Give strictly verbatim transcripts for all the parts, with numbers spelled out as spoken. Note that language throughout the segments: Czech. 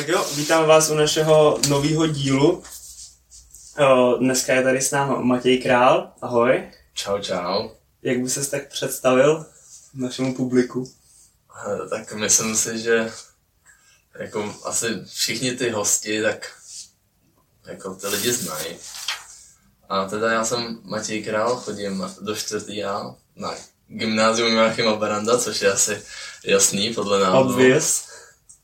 Tak jo, vítám vás u našeho nového dílu. Dneska je tady s námi Matěj Král. Ahoj. Čau, čau. Jak by ses tak představil našemu publiku? Tak myslím si, že jako asi všichni ty hosti, tak jako ty lidi znají. A teda já jsem Matěj Král, chodím do čtvrtý A na gymnázium Joachima Beranda, což je asi jasný podle názvu. Obvious.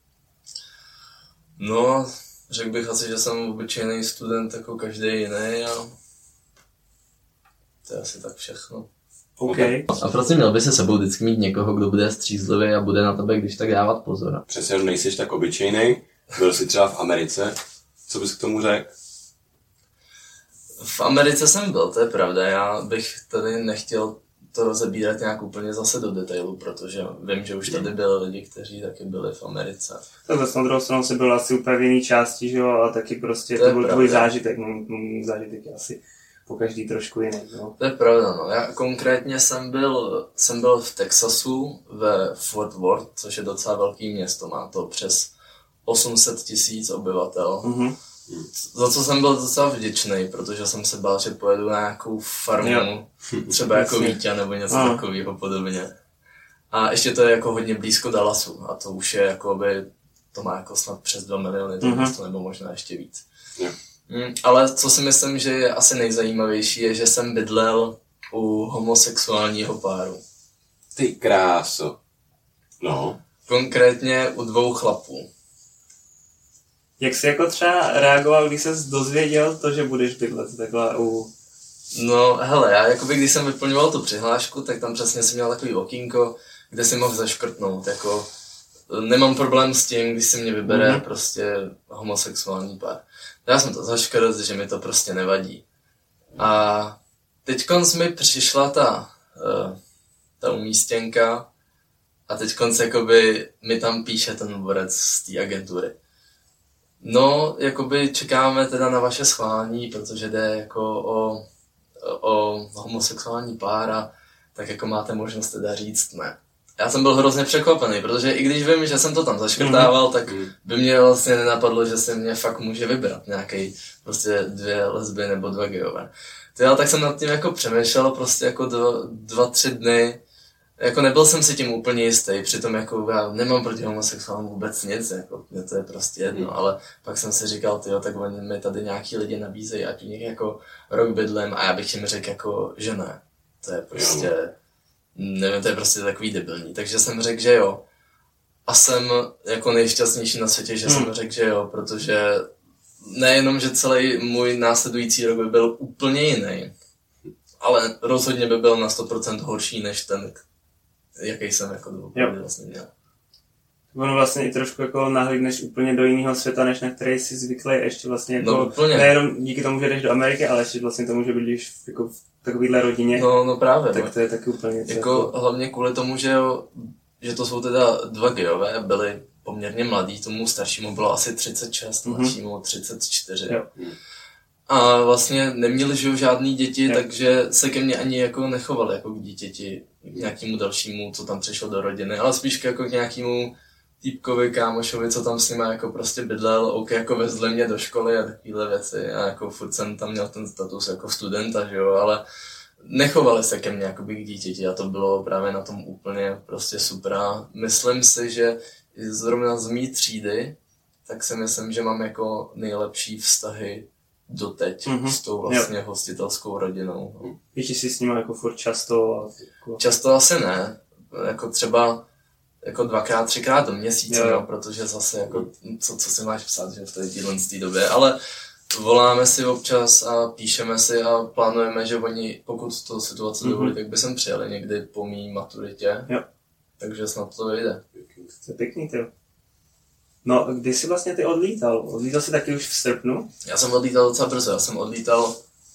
No, řekl bych asi, že jsem obyčejný student jako každý jiný a to je asi tak všechno. Okay. A prostě měl by se sebou vždycky mít někoho, kdo bude střízlivý a bude na tebe, když tak dávat pozor. Přesně, že nejsiš tak obyčejný. Byl jsi třeba v Americe. Co bys k tomu řekl? V Americe jsem byl, to je pravda. Já bych tady nechtěl to rozebírat nějak úplně zase do detailu, protože vím, že už tady byli lidi, kteří taky byli v Americe. Tak zase na druhou stranu si byl asi úplně v jiný části, že jo, a taky prostě to, to byl tvůj zážitek. No, můj zážitek je asi po každý trošku jiný, no. To je pravda, no. Já konkrétně jsem byl, jsem byl v Texasu ve Fort Worth, což je docela velký město, má to přes osm set tisíc obyvatel. Mm-hmm. Za co jsem byl docela vděčný, protože jsem se bál, že pojedu na nějakou farmu, jo. třeba jako Vítě nebo něco a. takového podobně. A ještě to je jako hodně blízko Dallasu a to už je jakoby, to má jako snad přes dva miliony, to mm-hmm. město, nebo možná ještě víc. Jo. Mm, ale co si myslím, že je asi nejzajímavější, je, že jsem bydlel u homosexuálního páru. Ty kráso. No. Konkrétně u dvou chlapů. Jak jsi jako třeba reagoval, když jsi dozvěděl to, že budeš bydlet takhle u... No hele, já jakoby když jsem vyplňoval tu přihlášku, tak tam přesně jsem měl takový okýnko, kde si mohl zaškrtnout, jako nemám problém s tím, když si mě vybere mm-hmm. prostě homosexuální pár. Já jsem to zaškrt, že mi to prostě nevadí. A teďkonc mi přišla ta, uh, ta umístěnka a teďkonc jakoby mi tam píše ten borec z té agentury. No, jakoby čekáme teda na vaše schválení, protože jde jako o, o homosexuální pára, tak jako máte možnost teda říct ne. Já jsem byl hrozně překvapený, protože i když vím, že jsem to tam zaškrtával, tak by mě vlastně nenapadlo, že se mě fakt může vybrat nějaký prostě dvě lesby nebo dva gejové. Teda tak jsem nad tím jako přemýšlel prostě jako dva, dva, tři dny. Jako nebyl jsem si tím úplně jistý, přitom jako já nemám proti homosexuálům vůbec nic, jako mě to je prostě jedno, mm. ale pak jsem si říkal, tyjo, tak oni mi tady nějaký lidi nabízejí, ať u nich jako rok bydlem a já bych jim řekl jako, že ne. To je prostě, nevím, to je prostě takový debilní, takže jsem řekl, že jo. A jsem jako nejšťastnější na světě, že mm. jsem řekl, že jo, protože nejenom, že celý můj následující rok by byl úplně jiný, ale rozhodně by byl na sto procent horší než ten, jaký jsem jako doopravdy vlastně měl. Ono vlastně i trošku jako nahlídneš úplně do jiného světa, než na který jsi zvyklý, ještě vlastně jako, no, úplně. Nejenom díky tomu, že jdeš do Ameriky, ale ještě vlastně tomu, že bydlíš jako v takovýhle rodině. No, no právě. Tak to je taky úplně něco. Jako hlavně kvůli tomu, že, jo, že to jsou teda dva gejové, byli poměrně mladí, tomu staršímu bylo asi třicet šest, mm-hmm. mladšímu třicet čtyři. Jo. A vlastně neměli že žádný děti, jo. takže se ke mně ani jako nechovali jako k dítěti, k nějakému dalšímu, co tam přišel do rodiny, ale spíš jako k nějakému týpkovi, kámošovi, co tam s nima jako prostě bydlel, ok, jako vezli mě do školy a takovéhle věci a jako furt jsem tam měl ten status jako studenta, že jo, ale nechovali se ke mně jako k dítěti a to bylo právě na tom úplně prostě super a myslím si, že zrovna z mý třídy, tak si myslím, že mám jako nejlepší vztahy doteď mm-hmm. s tou vlastně jo. hostitelskou rodinou. No. Víš, jsi s nimi jako furt často? A jako... Často asi ne, jako třeba jako dvakrát, třikrát do měsíce, no, protože zase jako, co, co si máš psát, že v té týdlenství době, ale voláme si občas a píšeme si a plánujeme, že oni, pokud to situace mm-hmm. dovolí, tak by sem přijeli někdy po mý maturitě, jo. takže snad to vyjde. To je pěkný, ty. No, kdy jsi vlastně ty odlítal? Odlítal jsi taky už v srpnu? Já jsem odlítal docela brzo, já jsem odlítal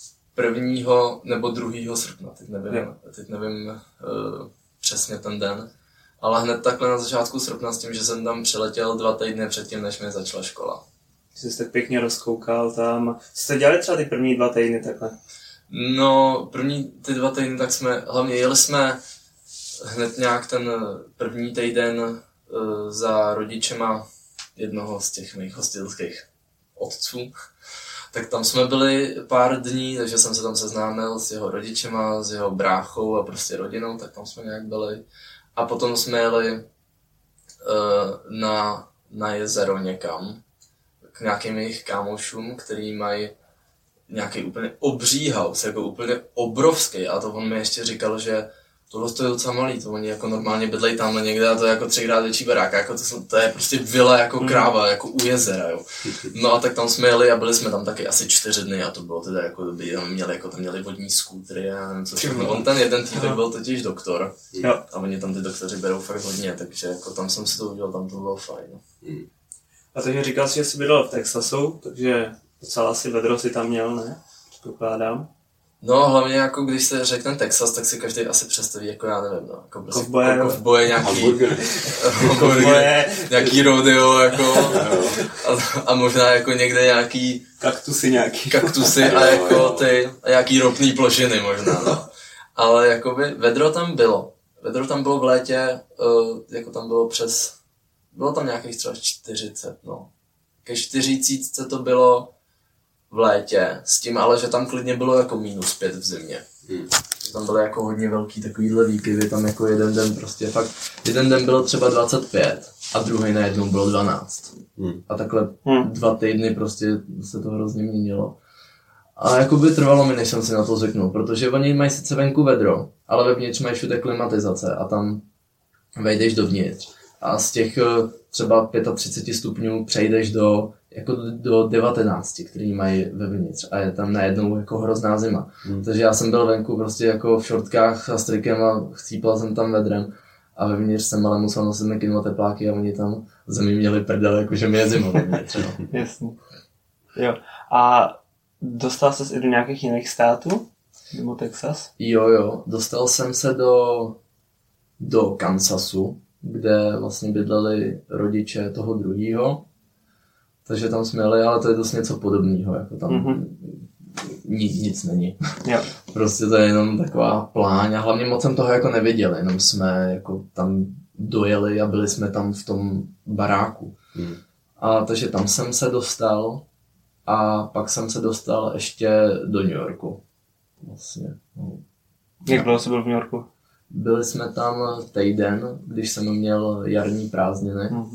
prvního nebo druhého srpna, teď nevím, jo. teď nevím uh, přesně ten den. Ale hned takhle na začátku srpna s tím, že jsem tam přiletěl dva týdny předtím, než mi začala škola. Jsi se tak pěkně rozkoukal tam. Co jste dělali třeba ty první dva týdny takhle? No, první ty dva týdny, tak jsme, hlavně jeli jsme hned nějak ten první týden uh, za rodičema jednoho z těch mých hostilských otců. Tak tam jsme byli pár dní, takže jsem se tam seznámil s jeho rodičema, s jeho bráchou a prostě rodinou, tak tam jsme nějak byli. A potom jsme jeli uh, na, na jezero někam, k nějakým jejich kámošům, který mají nějaký úplně obří house, jako úplně obrovský. A to on mi ještě říkal, že tohle to je docela malý, to oni jako normálně bydlejí tamhle někde a to je jako třikrát větší barák, jako to, jsou, to je prostě vila jako kráva, jako u jezera, jo. No a tak tam jsme jeli a byli jsme tam taky asi čtyři dny a to bylo teda jako by tam měli, jako tam měli vodní skútry a nevím co všechno. On ten jeden týpek byl totiž doktor jo. A oni tam ty doktoři berou fakt hodně, takže jako tam jsem si to udělal, tam to bylo fajn. No. A takže říkal jsi, že jsi bydlel v Texasu, takže docela asi vedro si tam měl, ne? Předpokládám. No hlavně jako když se řekne Texas, tak si každý asi představí jako já nevím, no, jako prostě kovboje, kovboje nějaký kovboje, nějaký rodeo jako a, a možná jako někde nějaký kaktusy nějaký kaktusy a jako ty a nějaký ropný plošiny možná, no. Ale jakoby vedro tam bylo. Vedro tam bylo v létě, uh, jako tam bylo přes, bylo tam nějakých třeba čtyřicet, no. Ke čtyřicítce to bylo v létě, s tím ale, že tam klidně bylo jako minus pět v zimě. Hmm. Tam byly jako hodně velký takovýhle výkyvy, tam jako jeden den prostě fakt, jeden den bylo třeba dvacet pět a druhý najednou bylo dvanáct. Hmm. A takhle hmm. dva týdny prostě se to hrozně měnilo. A jakoby trvalo mi, než jsem si na to zvyknul, protože oni mají sice venku vedro, ale vevnitř mají všude klimatizace a tam vejdeš dovnitř. A z těch třeba třicet pět stupňů přejdeš do jako do devatenácti, který mají vevnitř a je tam najednou jako hrozná zima. Hmm. Takže já jsem byl venku prostě jako v šortkách a s trikem a chcípal jsem tam vedrem a vevnitř jsem ale musel nosit mikinu tepláky a oni tam zemi měli prdel, jakože mi je zima vevnitř. No. Jasně. Jo. A dostal ses i do nějakých jiných států? Mimo Texas? Jo, jo. Dostal jsem se do, do Kansasu, kde vlastně bydleli rodiče toho druhýho. Takže tam jsme jeli, ale to je dost něco podobného, jako tam mm-hmm. nic, nic není. Jo. Prostě to je jenom taková pláň a hlavně moc jsem toho jako neviděl, jenom jsme jako tam dojeli a byli jsme tam v tom baráku. Mm. A takže tam jsem se dostal a pak jsem se dostal ještě do New Yorku. Vlastně. No. Jak dlouho jsi byl v New Yorku? Byli jsme tam týden, když jsem měl jarní prázdniny. Mm-hmm.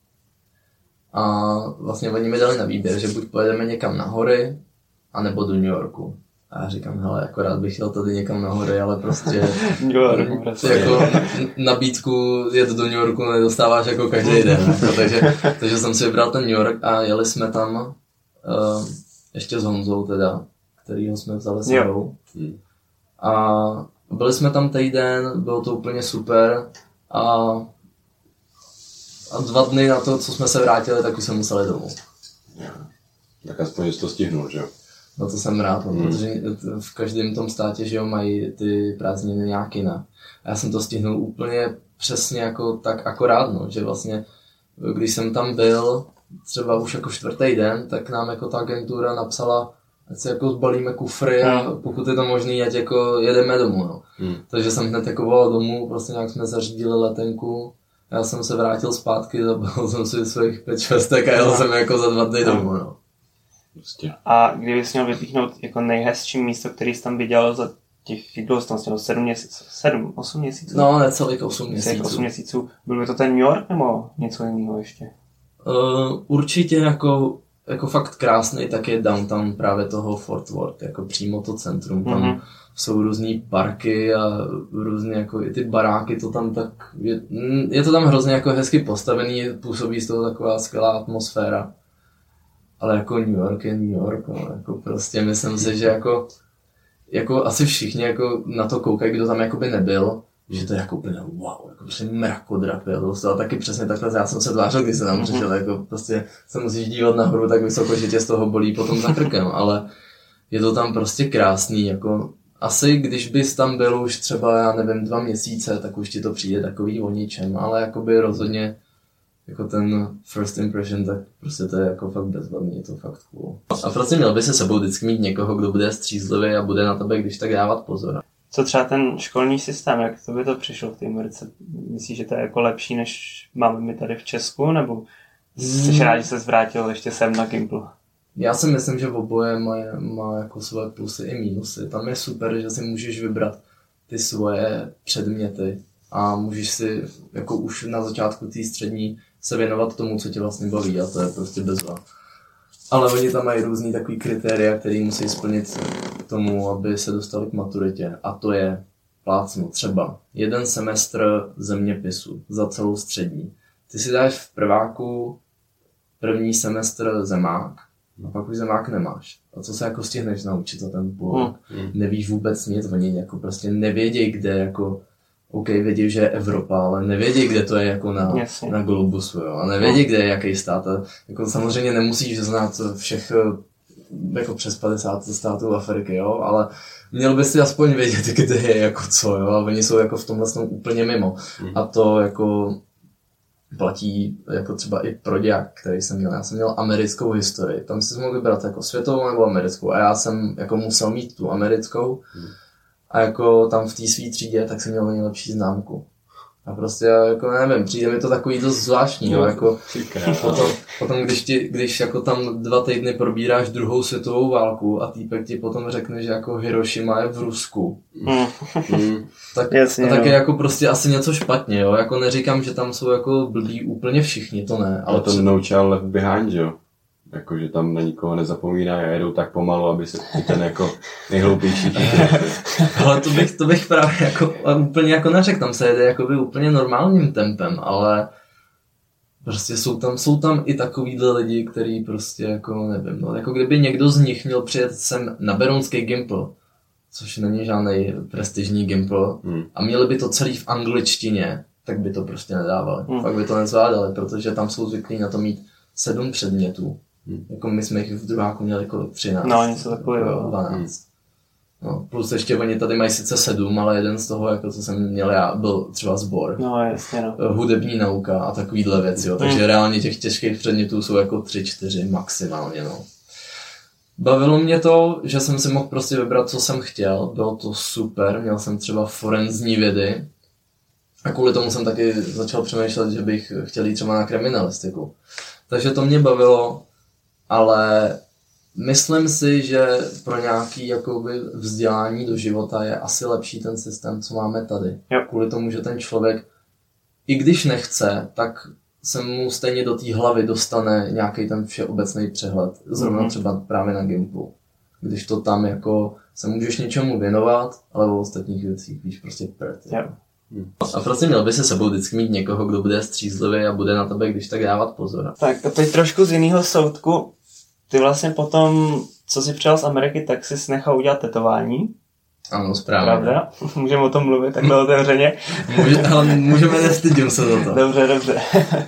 A vlastně oni mi dali na výběr, že buď pojedeme někam na hory, anebo do New Yorku. A já říkám, hele, akorát bych chtěl tady někam na hory, ale prostě New Yorku, prostě. Jako nabídku jet do New Yorku nedostáváš jako každý den. Jako, takže, takže jsem si vybral ten New York a jeli jsme tam uh, ještě s Honzou teda, kterýho jsme vzali s sebou. A byli jsme tam týden, bylo to úplně super a A dva dny na to, co jsme se vrátili, tak už jsme museli domů. Tak aspoň jsi to stihnul, že jo? No to jsem rád, hmm. protože v každém tom státě, že jo, mají ty prázdniny nějak jinak. A já jsem to stihnul úplně přesně jako tak akorát, no, že vlastně, když jsem tam byl, třeba už jako čtvrtý den, tak nám jako ta agentura napsala, ať si jako zbalíme kufry a pokud je to možný, ať jako jedeme domů, no. Hmm. Takže jsem hned jako volal domů, prostě nějak jsme zařídili letenku. Já jsem se vrátil zpátky, zabil jsem si svých pět švestek a jel jsem jako za dva dny domů, no. Prostě. A kdybys měl vypíchnout jako nejhezčí místo, který jsi tam viděl za těch, jak dlouho jsi tam stěl, sedm měsíců, sedm, osm měsíců? No, necelých osm měsíců. osm měsíců. Byl by to ten New York nebo něco jiného ještě? Uh, určitě jako, jako fakt krásný, tak je downtown právě toho Fort Worth, jako přímo to centrum, tam mm-hmm. jsou různý parky a různé jako i ty baráky, to tam tak, je, je to tam hrozně jako hezky postavený, působí z toho taková skvělá atmosféra. Ale jako New York je New York, no, jako prostě myslím si, že jako, jako asi všichni jako na to koukají, kdo tam jakoby nebyl, že to je jako úplně wow, jako prostě mrakodrap, jo, to bylo taky přesně takhle, já jsem se tvářil, když jsem tam přišel, jako prostě se musíš dívat nahoru tak vysoko, že tě z toho bolí potom za krkem, ale je to tam prostě krásný, jako asi když bys tam byl už třeba, já nevím, dva měsíce, tak už ti to přijde takový o ničem, ale jakoby rozhodně jako ten first impression, tak prostě to je jako fakt bezvadný, je to fakt cool. A prostě měl by se sebou vždycky mít někoho, kdo bude střízlivý a bude na tebe, když tak dávat pozor. Co třeba ten školní systém, jak to by to přišlo v té Americe? Myslíš, že to je jako lepší, než máme my tady v Česku, nebo Jsi rád, že se zvrátil ještě sem na Gimplu? Já si myslím, že oboje má, má jako své plusy i mínusy. Tam je super, že si můžeš vybrat ty svoje předměty a můžeš si jako už na začátku té střední se věnovat tomu, co tě vlastně baví, a to je prostě bezva. Ale oni tam mají různý takový kritéria, který musí splnit k tomu, aby se dostali k maturitě, a to je plácnu třeba jeden semestr zeměpisu za celou střední. Ty si dáš v prváku první semestr zemák, a pak už zemák nemáš. A co se jako stihneš naučit za ten půl rok? Hmm. Nevíš vůbec nic, oni jako prostě nevědějí, kde jako, OK, vědí, že je Evropa, ale nevědí, kde to je jako na, na globusu, jo, a nevědí, kde je jaký stát. A jako samozřejmě nemusíš znát všech jako přes padesát států Afriky, jo, ale měl bys si aspoň vědět, kde je jako co, jo, a oni jsou jako v tomhle úplně mimo. Hmm. A to jako platí jako třeba i pro děják, který jsem měl. Já jsem měl americkou historii. Tam si mohl vybrat jako světovou nebo americkou. A já jsem jako musel mít tu americkou. Hmm. A jako tam v té svý třídě, tak jsem měl nejlepší známku. A prostě jako nevím, přijde mi to takový dost zvláštní, jo, jako potom, potom když, ti, když jako tam dva týdny probíráš druhou světovou válku a týpek ti potom řekne, že jako Hirošima je v Rusku, mm. tak, Jasně, tak je jako prostě asi něco špatně, jo, jako neříkám, že tam jsou jako blbí úplně všichni, to ne. Ale to no child left behind, jo. Jako, že tam na nikoho nezapomínají a jedou tak pomalu, aby se ten jako nejhloupější Ale to bych, to bych právě jako úplně jako neřekl, tam se jede jakoby úplně normálním tempem, ale prostě jsou tam, jsou tam i takovýhle lidi, kteří prostě jako nevím, no, jako kdyby někdo z nich měl přijet sem na berounský Gimpl, což není žádný prestižní Gimpl, hmm. a měli by to celý v angličtině, tak by to prostě nedávali, hmm. pak by to nezvládali, protože tam jsou zvyklí na to mít sedm předmětů. Hmm. Jako my jsme jich v druháku měli kolik? třináct. No, něco takového. dvanáct. Hmm. No, plus ještě oni tady mají sice sedm, ale jeden z toho, jako co jsem měl já, byl třeba sbor. No, jasně, no. Hudební nauka a takovýhle věci, jo. Takže hmm. reálně těch těžkých předmětů jsou jako tři, čtyři maximálně, no. Bavilo mě to, že jsem si mohl prostě vybrat, co jsem chtěl. Bylo to super, měl jsem třeba forenzní vědy. A kvůli tomu jsem taky začal přemýšlet, že bych chtěl jít třeba na kriminalistiku. Takže to mě bavilo. Ale myslím si, že pro nějaký jakoby vzdělání do života je asi lepší ten systém, co máme tady. Jo. Kvůli tomu, že ten člověk, i když nechce, tak se mu stejně do té hlavy dostane nějaký ten všeobecný přehled. Zrovna mm-hmm. třeba právě na Gimplu. Když to tam jako se můžeš něčemu věnovat, ale o ostatních věcích víš prostě prd. Jo. Hmm. A prostě měl by se sebou vždycky mít někoho, kdo bude střízlivý a bude na tebe, když tak dávat pozor. Tak a teď trošku z jiného soudku. Ty vlastně potom, co jsi přijel z Ameriky, tak jsi nechal udělat tetování. Ano, správně. Pravda? Můžeme o tom mluvit takhle otevřeně. Může, ale můžeme, nestydím se za to. Dobře, dobře.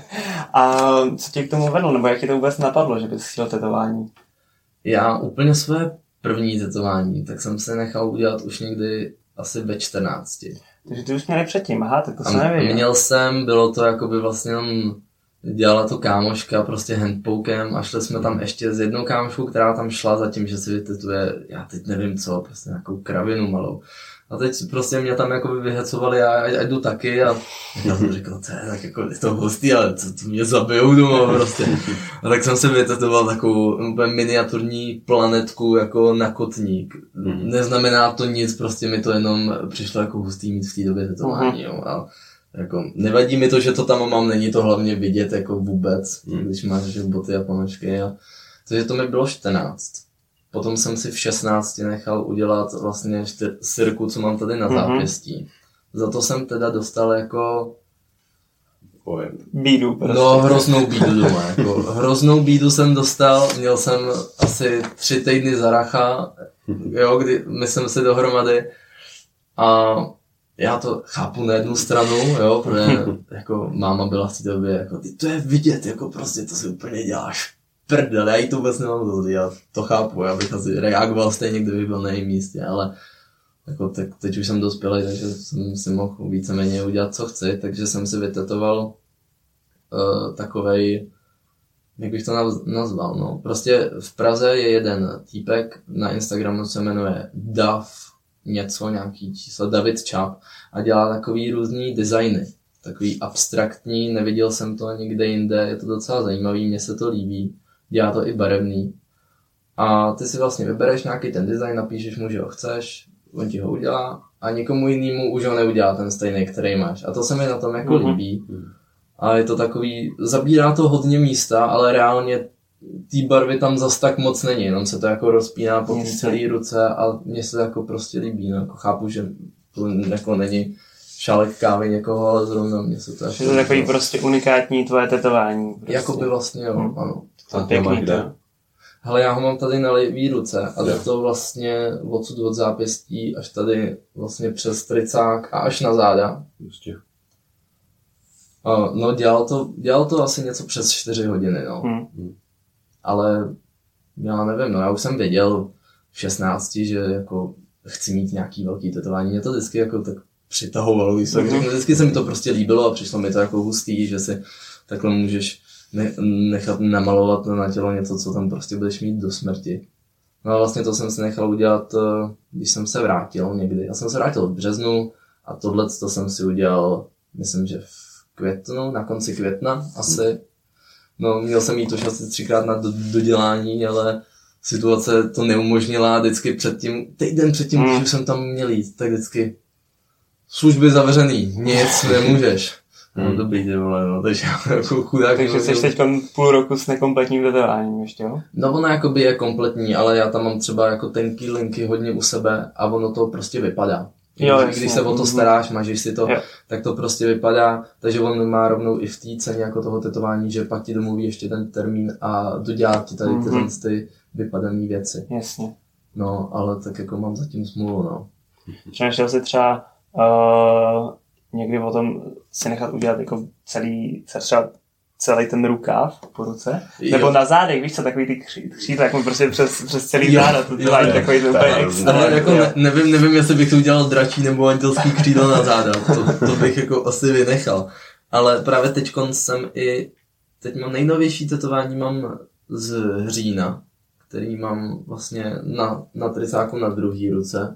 A co tě k tomu vedlo? Nebo jak tě to vůbec napadlo, že bys chtěl tetování? Já úplně své první tetování, tak jsem se nechal udělat už někdy asi ve čtrnácti. Takže ty už měli předtím, aha, tak to se nevěděl. Měl jsem, bylo to jakoby vlastně jenom, dělala to kámoška prostě handpokem a šli jsme tam ještě s jednou kámoškou, která tam šla za tím, že si vytetuje, já teď nevím co, prostě nějakou kravinu malou. A teď prostě mě tam jakoby vyhecovali a ať jdu taky a já jsem říkal, to je tak jako, je to hustý, ale co to mě zabijou doma prostě. A tak jsem si vytetoval takovou úplně miniaturní planetku jako na kotník. Mm. Neznamená to nic, prostě mi to jenom přišlo jako hustý mít v té době tetování, jo. A jako nevadí mi to, že to tam mám, není to hlavně vidět jako vůbec, mm. když máš že boty a ponožky. A... Takže to mi bylo čtrnáct. Potom jsem si v šestnácti nechal udělat vlastně čtyř, sirku, co mám tady na zápěstí. Mm-hmm. Za to jsem teda dostal jako... Bídu prostě. No, hroznou bídu doma. Jako, hroznou bídu jsem dostal, měl jsem asi tři týdny zaracha, jo, kdy myslím si dohromady. A já to chápu na jednu stranu, jo, protože jako máma byla v té době jako, ty to je vidět, jako prostě to si úplně děláš prdel, já jí to vůbec nemám to já to chápu, já bych asi reagoval stejně, kdybych byl na jejím místě, ale jako te, teď už jsem dospělý, takže jsem si mohl víceméně udělat, co chci, takže jsem si vytetoval uh, takovej, jak bych to nazval, no, prostě v Praze je jeden týpek, na Instagramu se jmenuje Dav, něco, nějaký číslo, David Čap a dělá takový různý designy. takový abstraktní, neviděl jsem to nikde jinde, je to docela zajímavý, mně se to líbí, dělá to i barevný. A ty si vlastně vybereš nějaký ten design, napíšeš mu, že ho chceš, on ti ho udělá a nikomu jinému už ho neudělá ten stejný, který máš. A to se mi na tom jako mm-hmm. líbí. A je to takový, zabírá to hodně místa, ale reálně té barvy tam zas tak moc není, jenom se to jako rozpíná po té celé ruce a mně se to jako prostě líbí. No. Jako chápu, že to jako není šálek kávy někoho, ale zrovna mně se to jako... Je to takový prostě unikátní tvoje tetování. Prostě. Jakoby vlastně jo, hmm. ano. A pěkný to. Hele, já ho mám tady na levý ruce a jde to vlastně odsud od zápěstí až tady vlastně přes tricák a až na záda. Prostě. No, dělal to, dělal to asi něco přes čtyři hodiny, no. Hmm. Ale já nevím, no, já už jsem věděl v šestnácti, že jako chci mít nějaký velký tetování. Mě to vždycky jako tak přitahovalo, mm-hmm. vždycky se mi to prostě líbilo a přišlo mi to jako hustý, že si takhle můžeš nechat namalovat na tělo něco, co tam prostě budeš mít do smrti. No a vlastně to jsem si nechal udělat, když jsem se vrátil někdy. Já jsem se vrátil v březnu a tohle to jsem si udělal, myslím, že v květnu, na konci května asi. No, měl jsem jít už asi třikrát na do, dodělání, ale situace to neumožnila vždycky předtím, týden předtím, když mm. jsem tam měl jít, tak vždycky služby zavřený, nic nemůžeš. No hmm. dobrý, ty vole, no, takže jako chudák. Takže jsi teď půl roku s nekompletním tetováním ještě, jo? No ono jakoby je kompletní, ale já tam mám třeba jako tenký linky hodně u sebe a ono to prostě vypadá. Jo, když, když se o to staráš, máš si to, jo. tak to prostě vypadá, takže on má rovnou i v té ceně jako toho tetování, že pak ti domluví ještě ten termín a dodělá ti tady ty, mm-hmm. ty vypadané věci. Jasně. No, ale tak jako mám zatím smůlu, no. Přemýšlel jsi třeba uh, někdy o tom si nechat udělat jako celý, třeba celý ten rukáv po ruce, jo. nebo na zádech, víš co, takový ty křídla, jak mu prostě přes, přes celý záda, to dělá takový to úplně extra. Ale jako ne, nevím, nevím, jestli bych to udělal dračí nebo andělský křídlo na záda, to, to bych jako asi vynechal. Ale právě teďkon jsem i, teď mám nejnovější tetování, mám z října, který mám vlastně na, na tricáku na druhý ruce.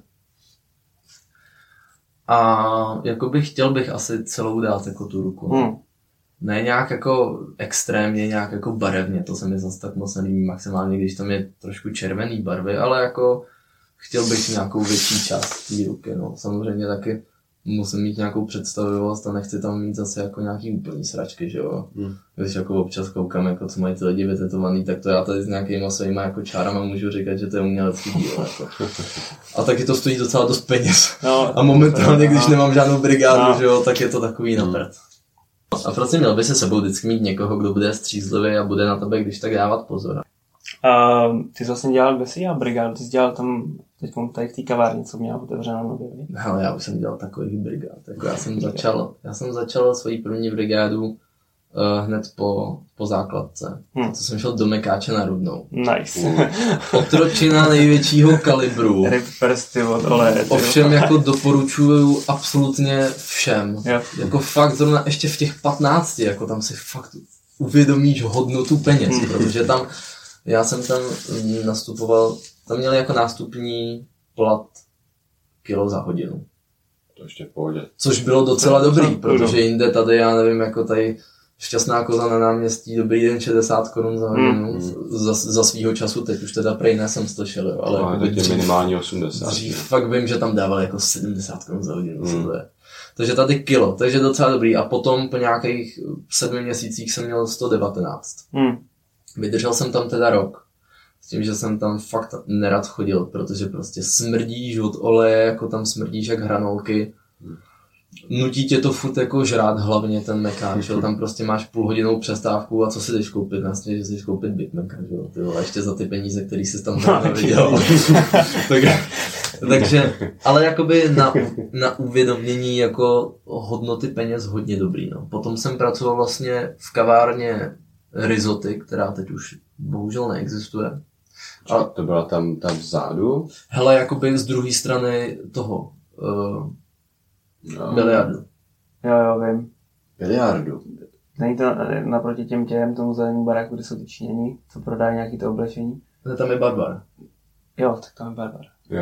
A jako bych chtěl bych asi celou dát jako tu ruku. Hmm. Ne nějak jako extrémně, nějak jako barevně, to se mi zase tak moc nelíbí, maximálně když tam je trošku červený barvy, ale jako chtěl bych nějakou větší část té ruky, no. Samozřejmě taky musím mít nějakou představivost a nechci tam mít zase jako nějaký úplný sračky, že jo. Hmm. Když jako občas koukám, jako co mají ty lidi vytetovaný, tak to já tady s nějakýma svýma jako čárama můžu říkat, že to je umělecký dílo, jako. A taky to stojí docela dost peněz. No, a momentálně, když nemám žádnou brigádu, no. že jo, tak je to takový hmm. napřed. A prostě měl by se sebou vždycky mít někoho, kdo bude střízlivý a bude na tebe, když tak dávat pozor. Uh, ty jsi vlastně dělal, kde jsi dělal brigádu? Ty jsi dělal tam, teď tady v té kavárně, co měla otevřená nově, víš? Ale já už jsem dělal takových brigád. Jako já jsem začal, já jsem začal svoji první brigádu uh, hned po, po základce. Hmm. To jsem šel do Mekáče na Rudnou. Nice. Otročina největšího kalibru. Rip prsty od oleje. Ovšem jako doporučuju absolutně všem. Jo. Jako fakt zrovna ještě v těch patnácti, jako tam si fakt uvědomíš hodnotu peněz, hmm. protože tam já jsem tam nastupoval, tam měli jako nástupní plat kilo za hodinu. To ještě v pohodě. Což bylo docela dobrý, protože jinde tady, já nevím, jako tady Šťastná koza na náměstí, dobrý den, šedesát korun za hodinu, mm. za, za svýho času, teď už teda prej ne, jsem slyšel, jo, ale no, jako teď je minimálně osmdesát. Dřív fakt vím, že tam dávali jako sedmdesát korun za hodinu, mm. to je. Takže tady kilo, takže docela dobrý a potom po nějakých sedmi měsících jsem měl sto devatenáct. Mm. Vydržel jsem tam teda rok, s tím, že jsem tam fakt nerad chodil, protože prostě smrdíš od oleje, jako tam smrdíš jak hranolky. Nutí tě to furt jako žrát, hlavně ten Mekáč, jo, tam prostě máš půlhodinovou přestávku a co si jdeš koupit, vlastně, že si jdeš koupit Big Maca, jo, ty vole, ještě za ty peníze, který jsi tam no, neviděl. tak, takže, ale jakoby na, na uvědomění jako hodnoty peněz hodně dobrý, no. Potom jsem pracoval vlastně v kavárně Rizoty, která teď už bohužel neexistuje. A to byla tam, tam vzadu? Hele, jakoby z druhé strany toho uh, no. biliardu. Jo, jo, vím. Biliardu? Není to naproti těm těm, tomu zelenému baráku, kde jsou ty Číňani, co prodají nějaký to oblečení? Ne, tam je Barbar. Jo, tak tam je Barbar. Jo.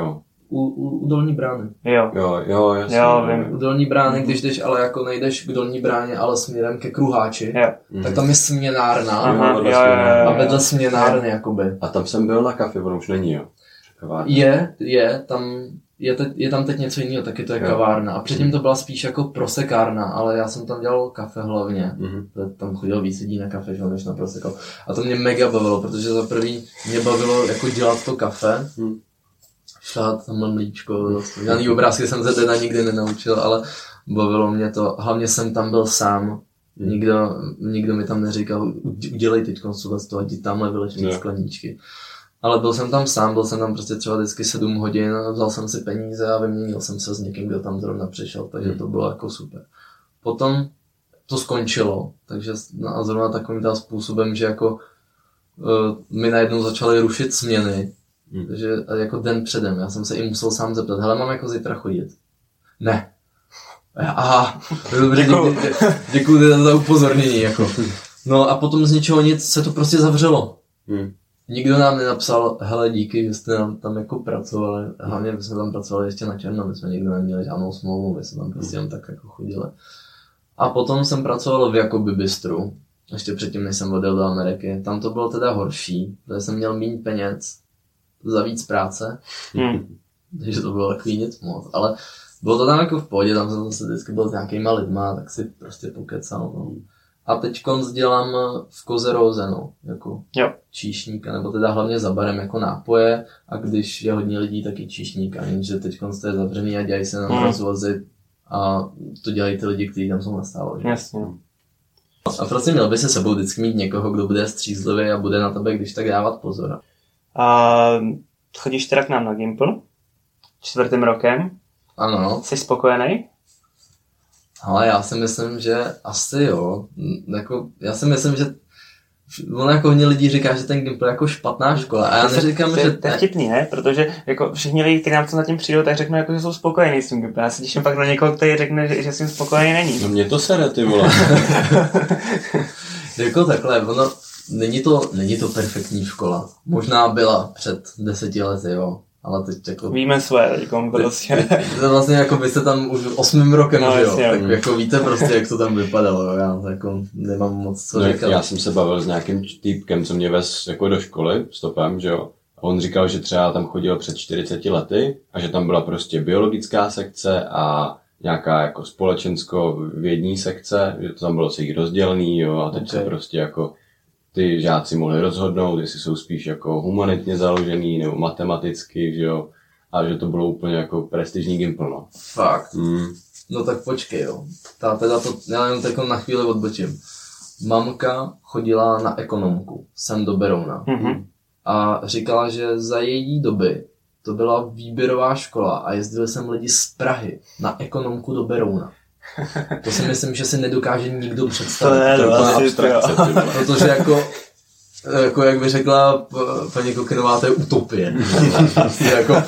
U, u, u Dolní brány. Jo. Jo, jo, jasně. Jo, vím. U Dolní brány, když jdeš, ale jako nejdeš k Dolní bráně, ale směrem ke Kruháči, Jo. tak tam je směnárna. Aha, Jo, jo, vedle jo, směnárny. jo, A vedle směnárny, jakoby. A tam jsem byl na kafe, ono už není, jo. Kavárna. Je, je, tam je, te, je tam teď něco jiného, taky to je Jo. kavárna. A předtím to byla spíš jako prosekárna, ale já jsem tam dělal kafe hlavně. Mhm. Tam chodilo víc lidí na kafe, že, než na proseko. A to mě mega bavilo, protože za prvý mě bavilo jako dělat to kafe. Hmm. Šlát tam mlíčko, žádný obrázky jsem se teda nikdy nenaučil, ale bavilo mě to. Hlavně jsem tam byl sám. Nikdo, nikdo mi tam neříkal, udělej teď tohle z toho, jdi tamhle vylečit Jo. skleníčky. Ale byl jsem tam sám, byl jsem tam prostě třeba vždycky sedm hodin, vzal jsem si peníze a vyměnil jsem se s někým, kdo tam zrovna přišel, takže Hmm. to bylo jako super. Potom to skončilo, takže no a zrovna takovým tam způsobem, že jako uh, mi najednou začaly rušit směny, Hmm. takže jako den předem, já jsem se i musel sám zeptat, hele, mám jako zítra chodit? Ne. A já, aha, dobře, děkuji, děkuji za upozornění, jako. No a potom z ničeho nic se to prostě zavřelo. Hmm. Nikdo nám nenapsal, hele, díky, že jste nám tam jako pracovali. Hlavně my jsme tam pracovali ještě na černo, my jsme nikdo neměli žádnou smlouvu, my jsme tam prostě jen tak jako chodili. A potom jsem pracoval v Jakoby Bistru, ještě předtím, než jsem odjel do Ameriky. Tam to bylo teda horší, protože jsem měl méně peněz za víc práce, Hmm. takže to bylo takový nic moc, ale bylo to tam jako v pohodě, tam jsem zase vždycky byl s nějakýma lidma, tak si prostě pokecal, no. A teď konc dělám v Koze Roze, no, jako Jo. číšníka, nebo teda hlavně za barem jako nápoje, a když je hodně lidí, tak i číšníka, jenže teď konc to je zavřený a dělají se na Hmm. rozvozy a to dělají ty lidi, kteří tam jsou nastálo, že? Jasně. A prostě měl by se sebou vždycky mít někoho, kdo bude střízlivý a bude na tebe, když tak dávat pozor. A chodíš teda k nám na Gimple? Čtvrtým rokem? Ano, Jsi spokojený? ale já si myslím, že asi jo. N- Jako, já si myslím, že ono jako hodně lidí říká, že ten Gimple je jako špatná škola. A já To se- neříkám, to je- že... To je vtipný, ne? Protože jako všichni lidi, kteří nám co nad tím přijdou, tak řeknou, jako, že jsou spokojení s tím Gimple. Já se těším pak na někoho, který řekne, že, že s tím spokojený není. No mě to sere, ty vole. Jako takhle, ono, není to, není to perfektní škola. Možná byla před deseti lety, jo. Ale teď jako... Víme své, jako prostě. To vlastně jako vy jste tam už osmým rokem, No, že jo. jasně, Tak jo. jako víte prostě, jak to tam vypadalo, jo. Já jako nemám moc co No, říkat. já jsem se bavil s nějakým týpkem, co mě vez jako do školy stopem, že jo. A on říkal, že třeba tam chodil před čtyřiceti lety a že tam byla prostě biologická sekce a nějaká jako společensko-vědní sekce, že to tam bylo celý rozdělený, jo, a teď Ok. se prostě jako ty žáci mohli rozhodnout, jestli jsou spíš jako humanitně založený nebo matematicky, že jo. A že to bylo úplně jako prestižní Gimple, no. Fakt. Mm. No tak počkej, jo. Ta, teda to, já jenom tak na chvíli odbočím. Mamka chodila na ekonomku, sem do Berouna. Mhm. A říkala, že za její doby to byla výběrová škola a jezdili sem lidi z Prahy na ekonomku do Berouna. To si myslím, že si nedokáže nikdo představit. To je To je asi, úplná abstrakce, ty vole. Protože jako, jako jak by řekla p- paní Kokinová, to je utopie. Prostě jako,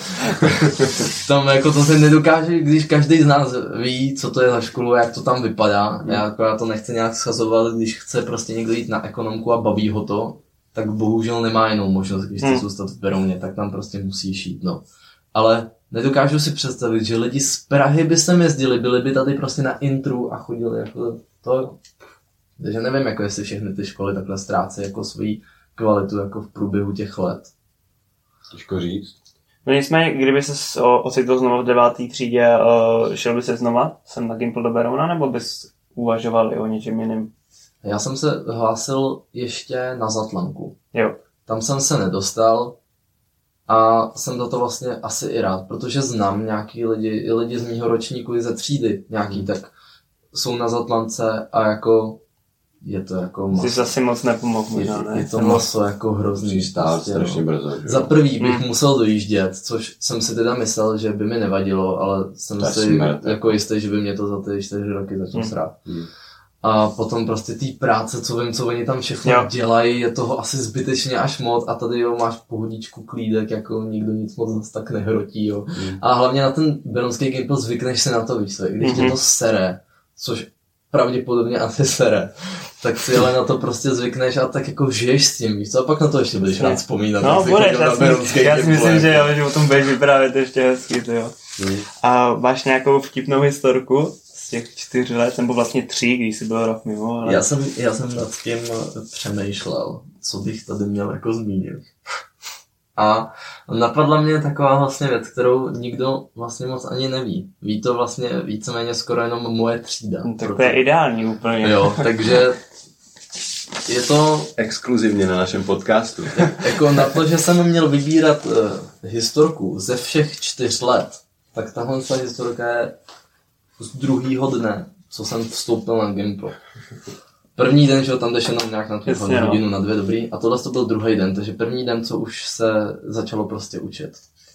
tam jako to se nedokáže, když každý z nás ví, co to je za školu, jak to tam vypadá. Já, jako, já to nechci nějak schazovat, když chce prostě někdo jít na ekonomku a baví ho to, tak bohužel nemá jinou možnost, když chce Hmm. zůstat v Berouně, tak tam prostě musí šít, no. Ale nedokážu si představit, že lidi z Prahy by sem jezdili, byli by tady prostě na intru a chodili jako to. Takže nevím, jako jestli všechny ty školy takhle ztrácejí jako svoji kvalitu jako v průběhu těch let. Těžko říct. No nicméně, kdyby se ocitl znovu v devátý třídě, uh, šel by se znova sem na Gimple do Berouna, nebo bys uvažoval i o něčem jiným? Já jsem se hlásil ještě na Zatlanku. Jo. Tam jsem se nedostal a jsem za to vlastně asi i rád, protože znám nějaký lidi, i lidi z mýho ročníku i ze třídy nějaký, tak jsou na Zatlance a jako je to jako Jsi maso. zase moc nepomohl, Je, možná, ne? je to Nebo- maso jako hrozný. Musíš stát prostě, strašně no. brzo, že jo. Za prvý bych Hmm. musel dojíždět, což jsem si teda myslel, že by mi nevadilo, ale jsem To je si smrt, jako jistý, že by mě to za ty čtyři roky začalo Hmm. srát. Hmm. A potom prostě té práce, co vím, co oni tam všechno Jo. dělají, je toho asi zbytečně až moc a tady jo, máš pohodičku klídek, jako nikdo nic moc zase tak nehrotí, jo. Hmm. A hlavně na ten beronský Gimple zvykneš se na to, víš co, i když Mhm. tě to sere, což pravděpodobně asi sere, tak si ale na to prostě zvykneš a tak jako žiješ s tím, víš co? A pak na to ještě budeš rád vzpomínat. No, budeš, já, si, já si myslím, že jo, že o tom budeš vyprávět ještě hezky, to jo. Hmm. A máš nějakou vtipnou historku z těch čtyř let, nebo vlastně tři, když jsi byl rok mimo? Ale... Já, jsem, já jsem nad tím přemýšlel, co bych tady měl jako zmínit. A napadla mě taková vlastně věc, kterou nikdo vlastně moc ani neví. Ví to vlastně víceméně skoro jenom moje třída. No, tak proto... to je ideální úplně. Jo, takže je to... Exkluzivně na našem podcastu. Jako na to, že jsem měl vybírat uh, historku ze všech čtyř let, tak tahle historka je z druhýho dne, co jsem vstoupil na Gimpro. První den, že tam jdeš jenom nějak na tu hodinu, na dvě, dobrý. A tohle to byl druhý den, takže první den, co už se začalo prostě učit.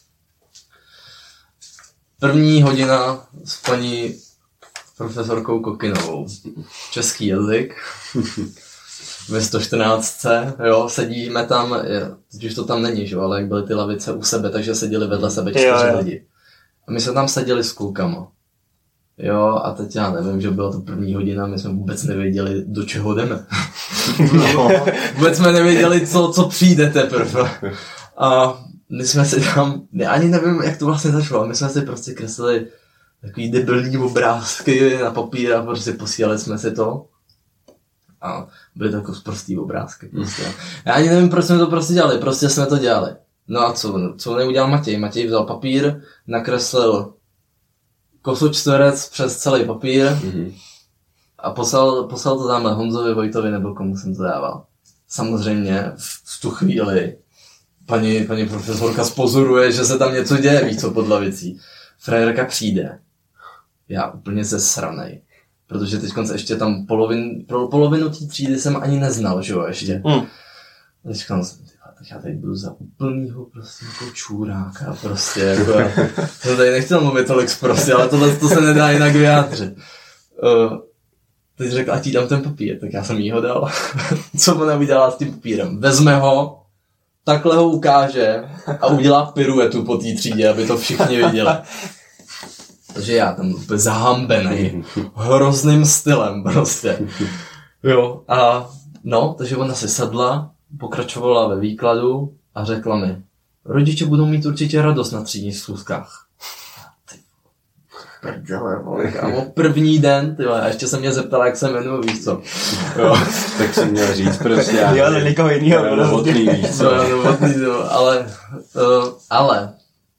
První hodina s paní profesorkou Kokinovou. Český jazyk. Ve sto čtrnáct, jo, sedíme tam, teď už to tam není, že jo, ale jak byly ty lavice u sebe, takže seděli vedle sebe čtyři lidi. A my jsme tam seděli s klukama. Jo, a teď já nevím, že byla to první hodina, my jsme vůbec nevěděli, do čeho jdeme. No, vůbec jsme nevěděli, co, co přijde teprve. A my jsme si tam, já ani nevím, jak to vlastně začalo, my jsme si prostě kreslili takový debilní obrázky na papír a prostě posílali jsme si to. A byly to jako prostý obrázky. Prostě. Já ani nevím, proč jsme to prostě dělali, prostě jsme to dělali. No a co, co neudělal Matěj? Matěj vzal papír, nakreslil kosočtverec přes celý papír mm-hmm. a poslal, poslal to tamhle Honzovi, Vojtovi nebo komu jsem to dával. Samozřejmě v, v tu chvíli paní, paní profesorka spozoruje, že se tam něco děje, víš co, pod lavicí. Frajerka přijde. Já úplně zesranej. Protože teď ještě tam polovin, pro polovinu té třídy jsem ani neznal, že jo, ještě. Mm. Teďka jsem, tak já tady budu za úplnýho prostě jako čůráka, prostě jako, jsem tady nechtěl mluvit tolik prostě, ale tohle to se nedá jinak vyjádřit. Uh, teď řekla, ať jí dám ten papír, tak já jsem jí ho dal. Co ona udělala s tím papírem? Vezme ho, takhle ho ukáže a udělá piruetu po té třídě, aby to všichni viděli. Takže já tam úplně zahambenej, hrozným stylem prostě. Jo, a no, takže ona se sedla, pokračovala ve výkladu a řekla mi, rodiče budou mít určitě radost na třídních schůzkách. Prdele, vole, kámo, první den, tyhle, a ještě se mě zeptala, jak se jmenuji, víš co. Jo. Tak jsem měl říct prostě, já jo, ale nikoho jinýho prostě. Víš co. No, novotný, no, ale, uh, ale,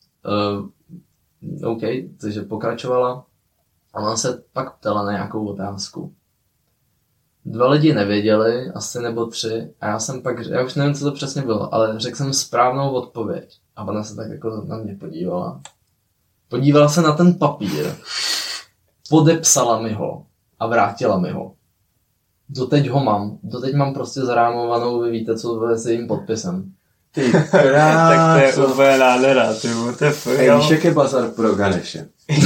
uh, OK, takže pokračovala a ona se pak ptala na nějakou otázku. Dva lidi nevěděli, asi nebo tři, a já jsem pak, já už nevím, co to přesně bylo, ale řekl jsem správnou odpověď. A ona se tak jako na mě podívala. Podívala se na ten papír, podepsala mi ho a vrátila mi ho. Doteď ho mám, doteď mám prostě zarámovanou, vy víte, co je s jejím podpisem. Ty krás, tak to je úplně nádhera, ty to je víš, jak je bazar pro Ganeše?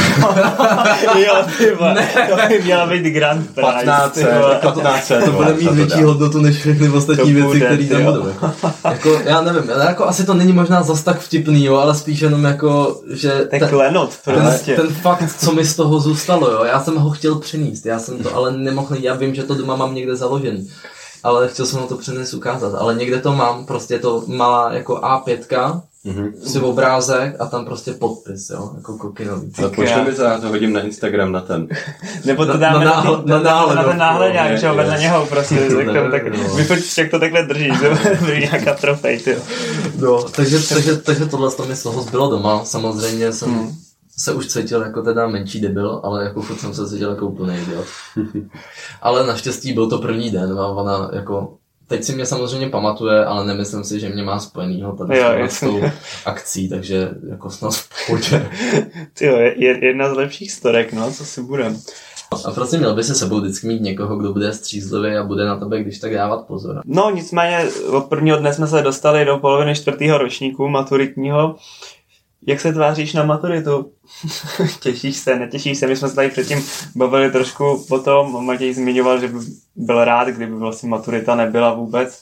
Jo, tyba, to by měla být grand prize. patnáct, patnáct, to bude mít větší hodnotu než všechny ostatní věci, které tam budou. Jako. jako, já nevím, jako asi to není možná zas tak vtipný, jo, ale spíš jenom jako, že ten, ten klenot, prostě. Ten, ten fakt, co mi z toho zůstalo, jo, já jsem ho chtěl přinést, já jsem to ale nemohl, já vím, že to doma mám někde založený. Ale chtěl jsem ho to přinést ukázat, ale někde to mám, prostě to malá jako á pět, mm-hmm. si obrázek a tam prostě podpis, jo, jako Kokinový. No pošli mi to, já to hodím na Instagram na ten. Nebo to dáme na, na, na, na, na ten náhledňák, že ho vedle něho prostě, tak vyfotíš, jak to takhle držíš, že nějaká trofej, ty jo. No, takže, takže, takže tohle z toho mi slovo zbylo doma, samozřejmě jsem hmm. se už cítil jako teda menší debil, ale jako furt jsem se cítil jako úplný idiot. Ale naštěstí byl to první den a ona jako, teď si mě samozřejmě pamatuje, ale nemyslím si, že mě má spojenýho tady jo, s tou akcí, takže jako snad v pohodě. Tyjo, je jedna z lepších storek, no, co si budem. A prostě měl by se sebou vždycky mít někoho, kdo bude střízlivý a bude na tebe, když tak dávat pozor. No nicméně od prvního dne jsme se dostali do poloviny čtvrtého ročníku maturitního. Jak se tváříš na maturitu? Těšíš se, netěšíš se? My jsme se tady předtím bavili trošku o tom. Matěj zmiňoval, že by byl rád, kdyby vlastně maturita nebyla vůbec.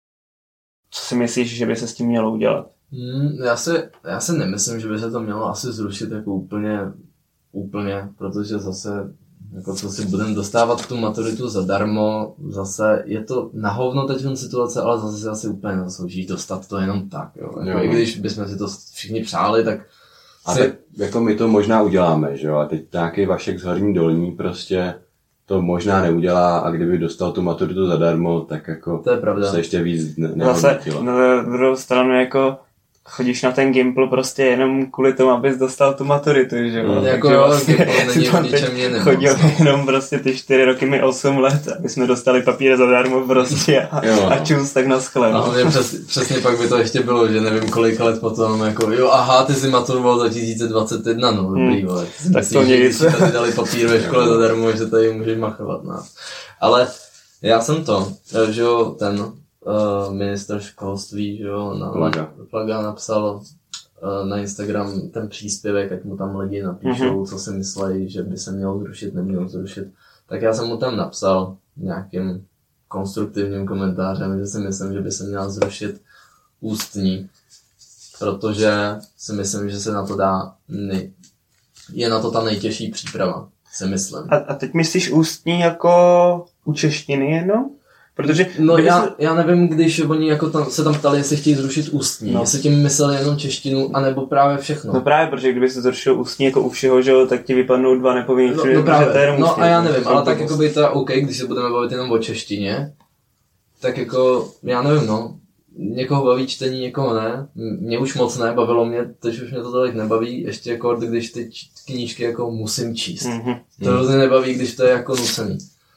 Co si myslíš, že by se s tím mělo udělat? Hmm, já, si, já si nemyslím, že by se to mělo asi zrušit jako úplně, úplně, protože zase jako co si budeme dostávat tu maturitu zadarmo, zase je to na hovno teď situace, ale zase si asi úplně nezaslouží dostat to jenom tak, jo. Jako jo. I když bychom si to všichni přáli, tak a si... tak jako my to možná uděláme, že jo, a teď nějaký Vašek z Horní Dolní prostě to možná neudělá a kdyby dostal tu maturitu zadarmo, tak jako to je pravda. se ještě víc ne- Zase nehodnotilo. na druhou stranu jako chodíš na ten Gimpl prostě jenom kvůli tomu, abys dostal tu maturitu, že jo? Mm. Jako jo, Gimpl není v ničem jiném. Chodil jenom prostě ty čtyři roky, mi osm let, aby jsme dostali papír zadarmo prostě a, Jo, a no. čus tak na skle. A hlavně přes, přesně pak by to ještě bylo, že nevím kolik let potom, jako jo, aha, ty jsi maturoval dva tisíce dvacet jedna, no dobrý, vole. Ty si Tak myslíš, to že nic. když ti tady dali papír ve škole zadarmo, že tady můžeš machovat nás. Ale já jsem to, že jo, ten uh, ministr školství, že jo, na Plaga. Plaga napsal uh, na Instagram ten příspěvek, ať mu tam lidi napíšou, Mhm. co si myslejí, že by se mělo zrušit, nemělo zrušit. Tak já jsem mu tam napsal nějakým konstruktivním komentářem, že si myslím, že by se měla zrušit ústní, protože si myslím, že se na to dá, nej... je na to ta nejtěžší příprava, si myslím. A, a teď myslíš ústní jako u češtiny jenom? Protože No kdyby já, se- já nevím, když oni jako tam, se tam ptali, jestli chtějí zrušit ústní, No. jestli tím mysleli jenom češtinu, anebo právě všechno. No právě, protože kdyby se zrušil ústní jako u všeho, že jo, tak ti vypadnou dva nepovinný No, předměty, no protože to je právě, jenom no ústní, a já to je nevím, fakt ale tak blbost. jako by to je OK, když se budeme bavit jenom o češtině, tak jako, já nevím, no, někoho baví čtení, někoho ne, M- mě už moc ne, bavilo mě, teď už mě to tolik nebaví, ještě jako když ty č- knížky jako musím číst. Mhm. To hrozně nebaví, když to je jako nucený.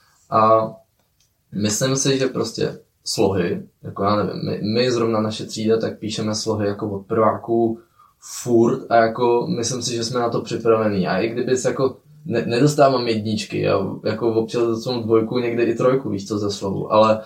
A myslím si, že prostě slohy, jako já nevím, my, my zrovna naše třída, tak píšeme slohy jako od prváků furt a jako myslím si, že jsme na to připravení. A i kdyby se jako ne, nedostávám jedničky, já jako občas dostanu dvojku, někdy i trojku, víš co, ze slovu, ale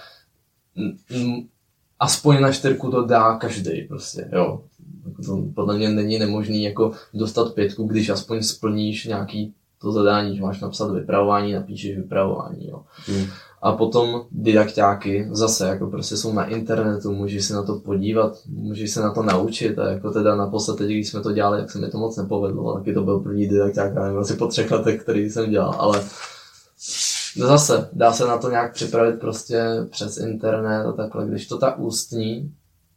m, m, aspoň na čtyřku to dá každý prostě, jo. Jako to podle mě není nemožný jako dostat pětku, když aspoň splníš nějaký to zadání, že máš napsat vypravování, napíšeš vypravování, jo. Hmm. A potom didakťáky zase jako prostě jsou na internetu, můžeš se na to podívat, můžeš se na to naučit a jako teda naposled teď, když jsme to dělali, tak se mi to moc nepovedlo, taky to byl první didakťák, nevím, asi po třech letech, který jsem dělal, ale zase dá se na to nějak připravit prostě přes internet a takhle, když to ta ústní,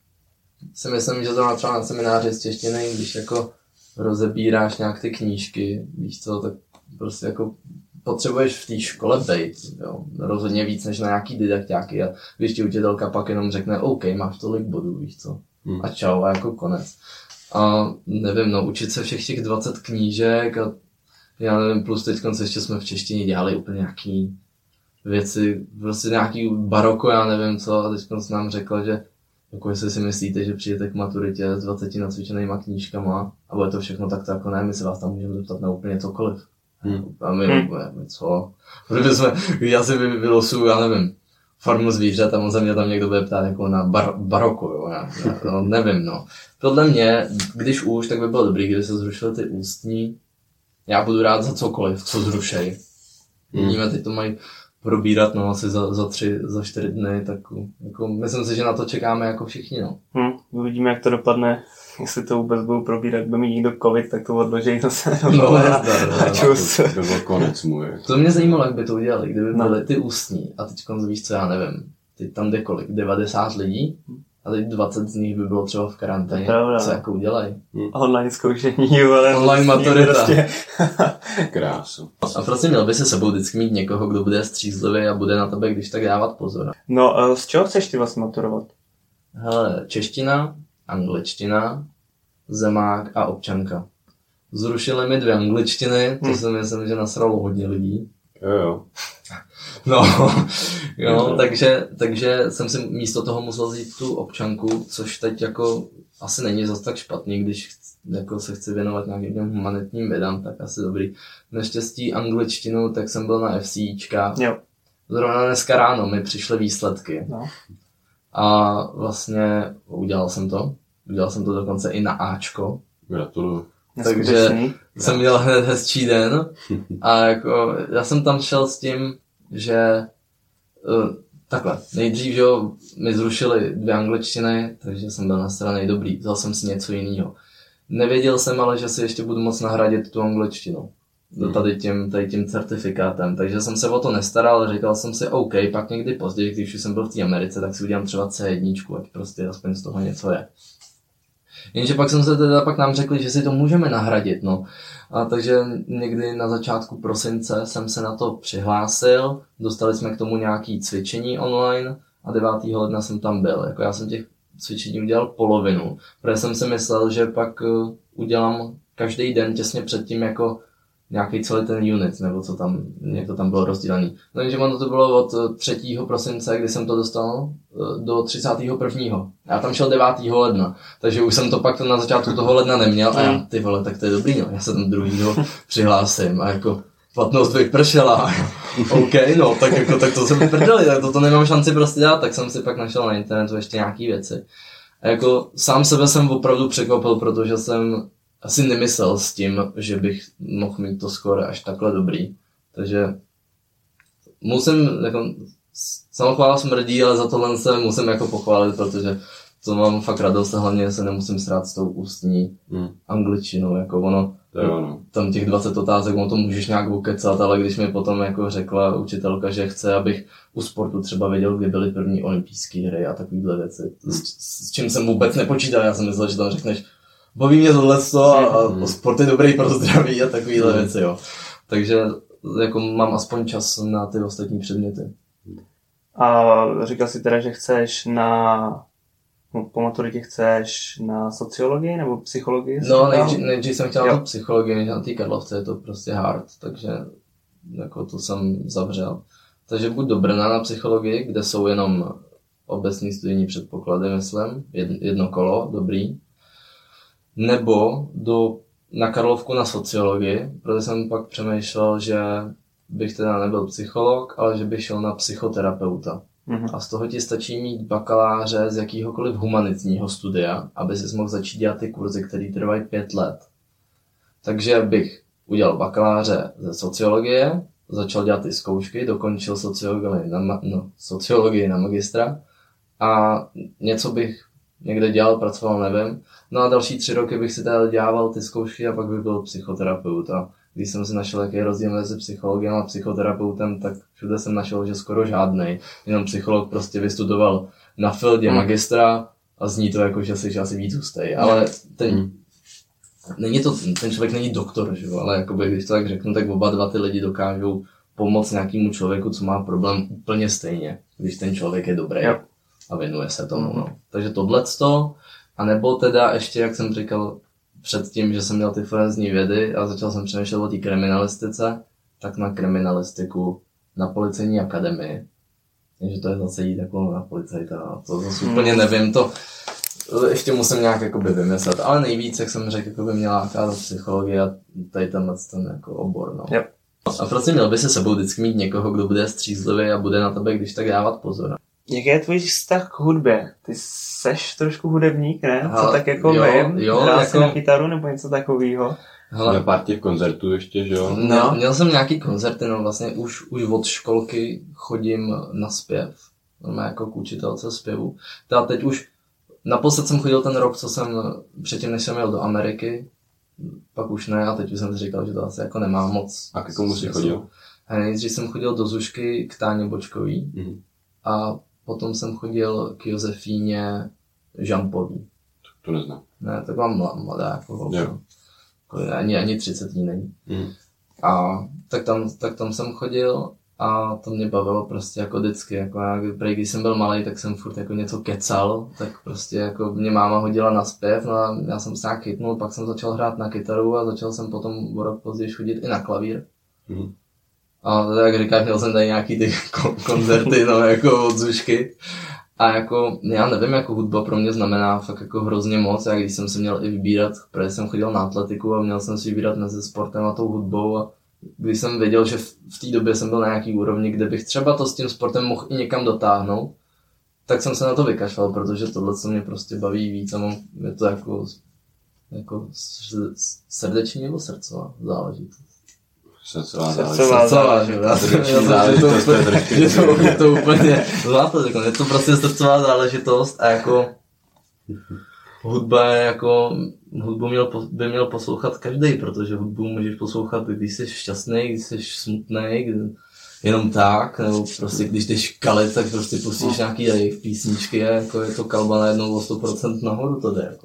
si myslím, že to třeba na semináři z češtiny, když jako rozebíráš nějak ty knížky, víš co, tak prostě jako potřebuješ v té škole bejt, jo, rozhodně víc než na nějaký didakťáky a když ti učitelka pak jenom řekne, OK, máš tolik bodů, víš co, Hmm. a čau, a jako konec. A nevím, no, učit se všech těch dvacet knížek a já nevím, plus teď ještě jsme v češtině dělali úplně nějaký věci, prostě nějaký baroko, já nevím co, a teď jsem nám řekla, že jako jestli si myslíte, že přijdete k maturitě s dvaceti nacvičenýma knížkama a bude to všechno tak to jako ne, my se vás tam můžeme zeptat na úplně cokoliv. Hmm. A my, Hmm. my co? Protože jsme, já si vy- vylosuju, já nevím, farmu zvířat a on se mě tam někdo bude ptát jako na bar, baroko, jo, já, já no, nevím, no. Podle mě, když už, tak by bylo dobrý, kdyby se zrušily ty ústní. Já budu rád za cokoliv, co zrušej. Hmm. Vidíme, teď to mají probírat, no, asi za, za tři, za čtyři dny, tak jako, myslím si, že na to čekáme jako všichni, no. Hm, uvidíme, jak to dopadne. Jestli to vůbec budou probírat, bude mít někdo covid, tak to odloží zase. No, a, nazdar, no. a čus. To, to byl konec můj. To mě zajímalo, jak by to udělali, kdyby No. byly ty ústní a teď víš co, já nevím, teď tam jde kolik, devadesát lidí a teď dvacet z nich by bylo třeba v karanténě, Pravda. co jako udělají. Online zkoušení, ale Online maturita. Prostě. Krásu. A prostě měl by se sebou vždycky mít někoho, kdo bude střízlivý a bude na tebe, když tak dávat pozor. No, a z čeho chceš ty vlastně maturovat? Hele, čeština, angličtina, zemák a občanka. Zrušili mi dvě angličtiny, to Hmm. si myslím, že nasralo hodně lidí. Jo, jo. No, jo, takže, takže jsem si místo toho musel vzít tu občanku, což teď jako asi není zas tak špatný, když jako se chci věnovat nějakým těm humanitním vědám, tak asi dobrý. Naštěstí angličtinu, tak jsem byl na FCIčka. Jo. Zrovna dneska ráno mi přišly výsledky. No. A vlastně udělal jsem to. Udělal jsem to dokonce i na Ačko. Gratuluju. Takže Neskutečný. jsem měl hned hezčí den a jako já jsem tam šel s tím, že uh, takhle, nejdřív, že jo, mi zrušili dvě angličtiny, takže jsem byl na straně dobrý, vzal jsem si něco jiného. Nevěděl jsem ale, že si ještě budu moct nahradit tu angličtinu. hmm. tady, tím, tady tím certifikátem, takže jsem se o to nestaral, říkal jsem si OK, pak někdy později, když už jsem byl v té Americe, tak si udělám třeba C jedna, ať prostě aspoň z toho něco je. Jenže pak jsem se teda, pak nám řekli, že si to můžeme nahradit, no. A takže někdy na začátku prosince jsem se na to přihlásil, dostali jsme k tomu nějaké cvičení online a devátého ledna jsem tam byl. Jako já jsem těch cvičení udělal polovinu, protože jsem si myslel, že pak udělám každý den těsně předtím jako nějaký celý ten unit, nebo co tam, jak to tam bylo rozdělený. Takže ono to bylo od třetího prosince, kdy jsem to dostal, do třicátého prvního Já tam šel devátého ledna, takže už jsem to pak na začátku toho ledna neměl a já, ty vole, tak to je dobrý, no, já se tam druhýho přihlásím a jako platnost vypršela. OK, no, tak jako, tak to jsem prdeli, tak to, to nemám šanci prostě dělat, tak jsem si pak našel na internetu ještě nějaký věci. A jako sám sebe jsem opravdu překvapil, protože jsem asi nemyslel s tím, že bych mohl mít to skóre až takhle dobrý. Takže musím, jako, samochvála smrdí, ale za tohle se musím jako pochválit, protože to mám fakt radost a hlavně se nemusím srát s tou ústní hmm. angličtinou, jako ono, ono. Tam těch dvacet otázek, ono to můžeš nějak ukecat, ale když mi potom jako řekla učitelka, že chce, abych u sportu třeba věděl, kdy byly první olympijské hry a takovýhle věci, hmm. s, s čím jsem vůbec nepočítal, já jsem myslel, že tam řekneš, baví mě tohleto a, a sport je dobrý pro zdraví a takovýhle věci, jo. Takže jako mám aspoň čas na ty ostatní předměty. A říkal jsi teda, že chceš na, no, po maturitě chceš na sociologii nebo psychologii? No, nejdřív, nejdřív jsem chtěl jo. na psychologii, než na té Karlovce je to prostě hard, takže jako to jsem zavřel. Takže buď do Brna na psychologii, kde jsou jenom obecní studijní předpoklady, myslím, jedno kolo, dobrý. Nebo do, na Karlovku na sociologii, protože jsem pak přemýšlel, že bych teda nebyl psycholog, ale že bych šel na psychoterapeuta. Mm-hmm. A z toho ti stačí mít bakaláře z jakýhokoliv humanitního studia, aby si mohl začít dělat ty kurzy, které trvají pět let. Takže bych udělal bakaláře ze sociologie, začal dělat ty zkoušky, dokončil sociologii na, no, sociologii na magistra a něco bych někde dělal, pracoval, nevím. No a další tři roky bych si teda dělával ty zkoušky a pak bych byl psychoterapeut. A když jsem si našel, jaký je rozdíl mezi psychologem a psychoterapeutem, tak všude jsem našel, že skoro žádnej. Jenom psycholog prostě vystudoval na fildě hmm. magistra a zní to jako, že jsi asi víc hustej. Ale ten, hmm. není to, ten člověk není doktor, že jo? Ale jakoby, když to tak řeknu, tak oba dva ty lidi dokážou pomoct nějakému člověku, co má problém úplně stejně, když ten člověk je dobrý. Yep. A věnuje se tomu, no. Takže tohleto, a nebo teda ještě, jak jsem říkal předtím, že jsem měl ty forenzní vědy a začal jsem přemýšlet o té kriminalistice, tak na kriminalistiku na policejní akademii. Takže to je zase jít jako na policajta, to zase úplně nevím, to ještě musím nějak jakoby vymyslet, ale nejvíc, jak jsem řekl, jako by měla nějaká psychologie a tady tenhle ten jako obor, no. Yep. A prostě měl by se sebou vždycky mít někoho, kdo bude střízlivý a bude na tebe, když tak dávat pozor. Jaký je tvůj vztah k hudbě? Ty seš trošku hudebník, ne? Co Hele, tak jako jo, vím? jo, Hrál jako... jsi na kytaru nebo něco takového? Hele, na pár těch koncertů ještě, že jo? No. Měl jsem nějaký koncerty, no vlastně už, už od školky chodím na zpěv. No, jako k učitelce zpěvu. Teda teď už, naposled jsem chodil ten rok, co jsem, předtím než jsem jel do Ameriky, pak už ne a teď už jsem si říkal, že to asi jako nemá moc. A k komu jsi chodil? A nejdřív jsem chodil do Zušky k Táně Bočkový mm. a potom jsem chodil k Josefíně Žampový. To neznám. Ne, taková mladá jako holka. Ani, ani třicet ní není. Mm. A tak tam, tak tam jsem chodil a to mě bavilo prostě jako vždycky. Jako já, když jsem byl malý, tak jsem furt jako něco kecal, tak prostě jako mě máma hodila na zpěv, no a já jsem se nějak chytnul, pak jsem začal hrát na kytaru a začal jsem potom o rok později chodit i na klavír. Mm. A jak říkáš, měl jsem tady nějaký ty koncerty, no, jako od Zušky. A jako, já nevím, jako hudba pro mě znamená fakt jako hrozně moc. Já když jsem se měl i vybírat, protože jsem chodil na atletiku a měl jsem si vybírat mezi sportem a tou hudbou. A když jsem věděl, že v, v té době jsem byl na nějaký úrovni, kde bych třeba to s tím sportem mohl i někam dotáhnout, tak jsem se na to vykašlal, protože tohle se mě prostě baví víc a mám, je to jako, jako srdeční nebo srdcová záležitost. Srdcová záležitost, že to úplně zlato, je to prostě srdcová záležitost a jako hudba je jako, hudbu měl, by měl poslouchat každý, protože hudbu můžeš poslouchat, když jsi šťastný, když jsi smutný, kdy, jenom tak, nebo prostě když jdeš kalit, tak prostě pustíš nějaký jejich písničky a jako je to kalba najednou o sto procent nahoru to jde. Jako.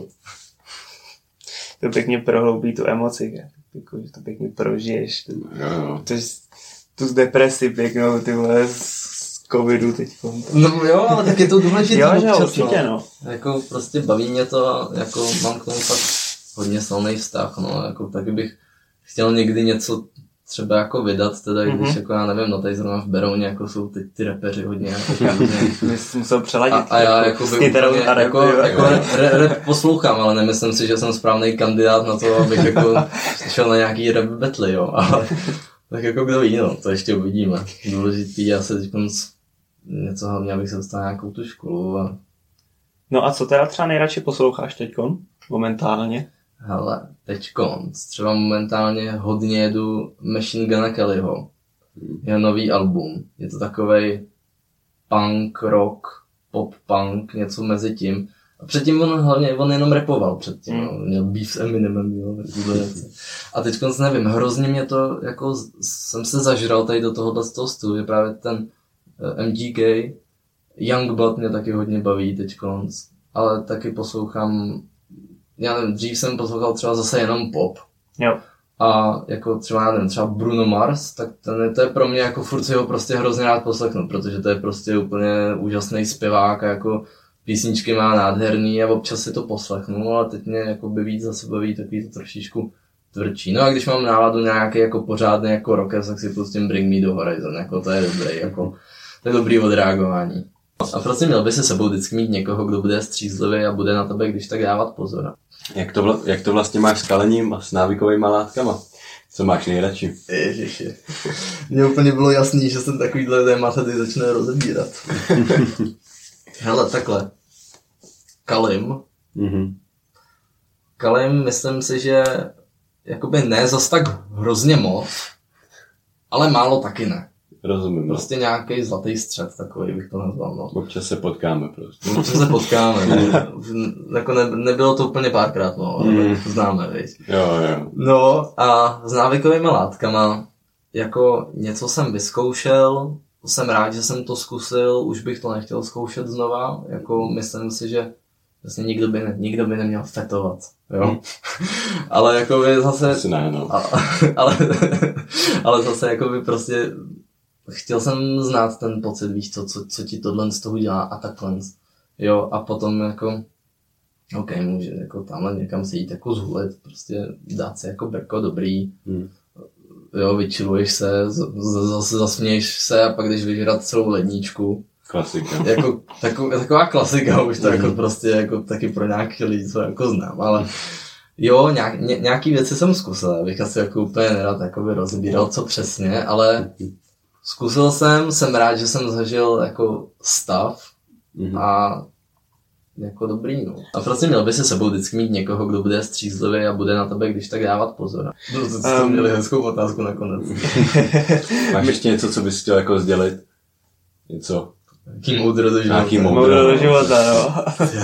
To pěkně prohloubí tu emoci, jako, že to pěkně prožiješ. Tu, to, tu depresi pěknou, ty vole, z covidu teď. No jo, ale tak je to důležité. Jo, že určitě, no. Jako prostě baví mě to a jako mám k tomu fakt hodně silný vztah, no, jako taky bych chtěl někdy něco třeba jako vydat, teda mm-hmm. když jako já nevím, no tady zrovna v Berouně jako jsou ty, ty repeři hodně jako My jsi musel přeladit. A, a já jako by úplně, a jako, jako rap, rap poslouchám, ale nemyslím si, že jsem správný kandidát na to, abych jako šel na nějaký rap battle, jo, ale tak jako kdo ví, no, to ještě uvidíme. Důležitý je asi teď něco hlavně, abych se dostal na nějakou tu školu a... No a co teda třeba nejradši posloucháš teďkon, momentálně? Hele, teďkon, třeba momentálně hodně jedu Machine Guna Kellyho. Jeho nový album. Je to takovej punk, rock, pop punk, něco mezi tím. A předtím on hlavně, on jenom rapoval předtím, mm. no. Měl beef s Eminemem, jo, a teďkon nevím, hrozně mě to, jako jsem se zažral tady do tohohle z toho stylu, je právě ten M G K, Youngblood mě taky hodně baví teďkon, ale taky poslouchám. Já nevím, dřív jsem poslouchal třeba zase jenom pop. Jo. A jako třeba, já nevím, třeba Bruno Mars, tak ten, to je pro mě jako furt si ho prostě hrozně rád poslechnu, protože to je prostě úplně úžasný zpěvák a jako písničky má nádherný a občas si to poslechnu, ale teď mě jako by víc zase baví takový to trošičku tvrdší. No a když mám náladu nějaký jako pořádný jako rock, tak si pustím Bring Me the Horizon, jako to je dobrý, jako to je dobrý odreagování. A prostě měl by se sebou vždycky mít někoho, kdo bude střízlivý a bude na tebe, když tak dávat pozor. Jak to, vla, jak to vlastně máš s kalením a s návykovými látkama? Co máš nejradši? Ježiši. Mně úplně bylo jasný, že jsem takovýhle téma tady začne rozebírat. Hele, takhle. Kalim. Mm-hmm. Kalim, myslím si, že jakoby ne zas tak hrozně moc, ale málo taky ne. Rozumím. Prostě nějaký zlatý střed takový bych to nazval. No. Občas se potkáme prostě. Občas se potkáme. Ne, jako ne, nebylo to úplně párkrát, no, ale mm. známe, viď. Jo, jo. No a s návykovými látkama, jako něco jsem vyzkoušel, jsem rád, že jsem to zkusil, už bych to nechtěl zkoušet znova, jako myslím si, že vlastně nikdo by, ne, nikdo by neměl fetovat, jo. Mm. ale jako by zase... Asi ne, no. A, ale, ale zase jako by prostě... Chtěl jsem znát ten pocit, víš co, co, co ti tohle z toho dělá a takhle. Jo, a potom jako, ok, může jako tamhle někam se jít jako zhulit, prostě dát si jako brko dobrý, hmm. jo, vyčiluješ se, zase zasměješ se a pak jdeš vyžrat celou ledničku. Klasika. Jako taková, taková klasika, už to hmm. jako prostě jako taky pro nějaký lidi, co jako znám, ale jo, nějak, ně, nějaký věci jsem zkusil, abych asi jako úplně nerad jakoby rozbíral, co přesně, ale zkusil jsem, jsem rád, že jsem zažil jako stav mm-hmm. a jako dobrý, no. A prostě měl by se sebou vždycky mít někoho, kdo bude střízlivý a bude na tebe, když tak dávat pozor. No, to jste um, měli hezkou otázku nakonec. Máš ještě něco, co bys chtěl jako sdělit? Něco? Jaký moudro do života. Jaký moudro do života, no.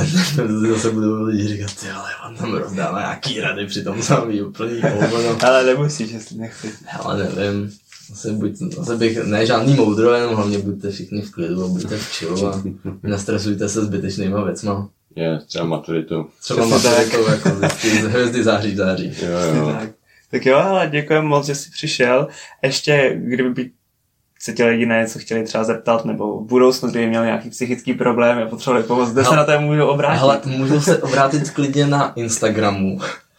Já zase budu lidi říkat, ty ale on tam rozdává nějaký rady, přitom samý úplný hovno. Ale nemusíš, jestli nechceš. Ale nevím. Zase, buď, zase bych, ne žádný moudro, jenom hlavně buďte všichni v klidu a buďte v chillu a nestresujte se zbytečnýma věcma. Je, yeah, třeba maturitou. Třeba maturitou, jako vždycky z hvězdy září září. Jo, jo. Tak. tak jo, ale děkujem moc, že jsi přišel. Ještě, kdyby by se tě lidi na něco chtěli třeba zeptat, nebo v budoucnu, kdyby měl nějaký psychický problém a potřebovali pomoct, kde se na to můžou obrátit? Hele, můžou se obrátit klidně na Instagramu.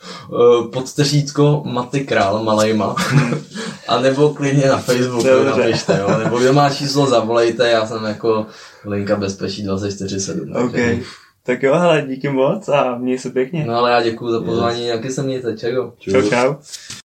Podteřítko Maty Král malejma. A nebo klidně na Facebooku napište, jo. Nebo kdo má číslo, zavolejte, já jsem jako linka bezpečí dvacet čtyři sedm. Okay. Tak jo, hele, díky moc a měj se pěkně. No ale já děkuju za pozvání, jaký se mějte, čau. Čau, čau.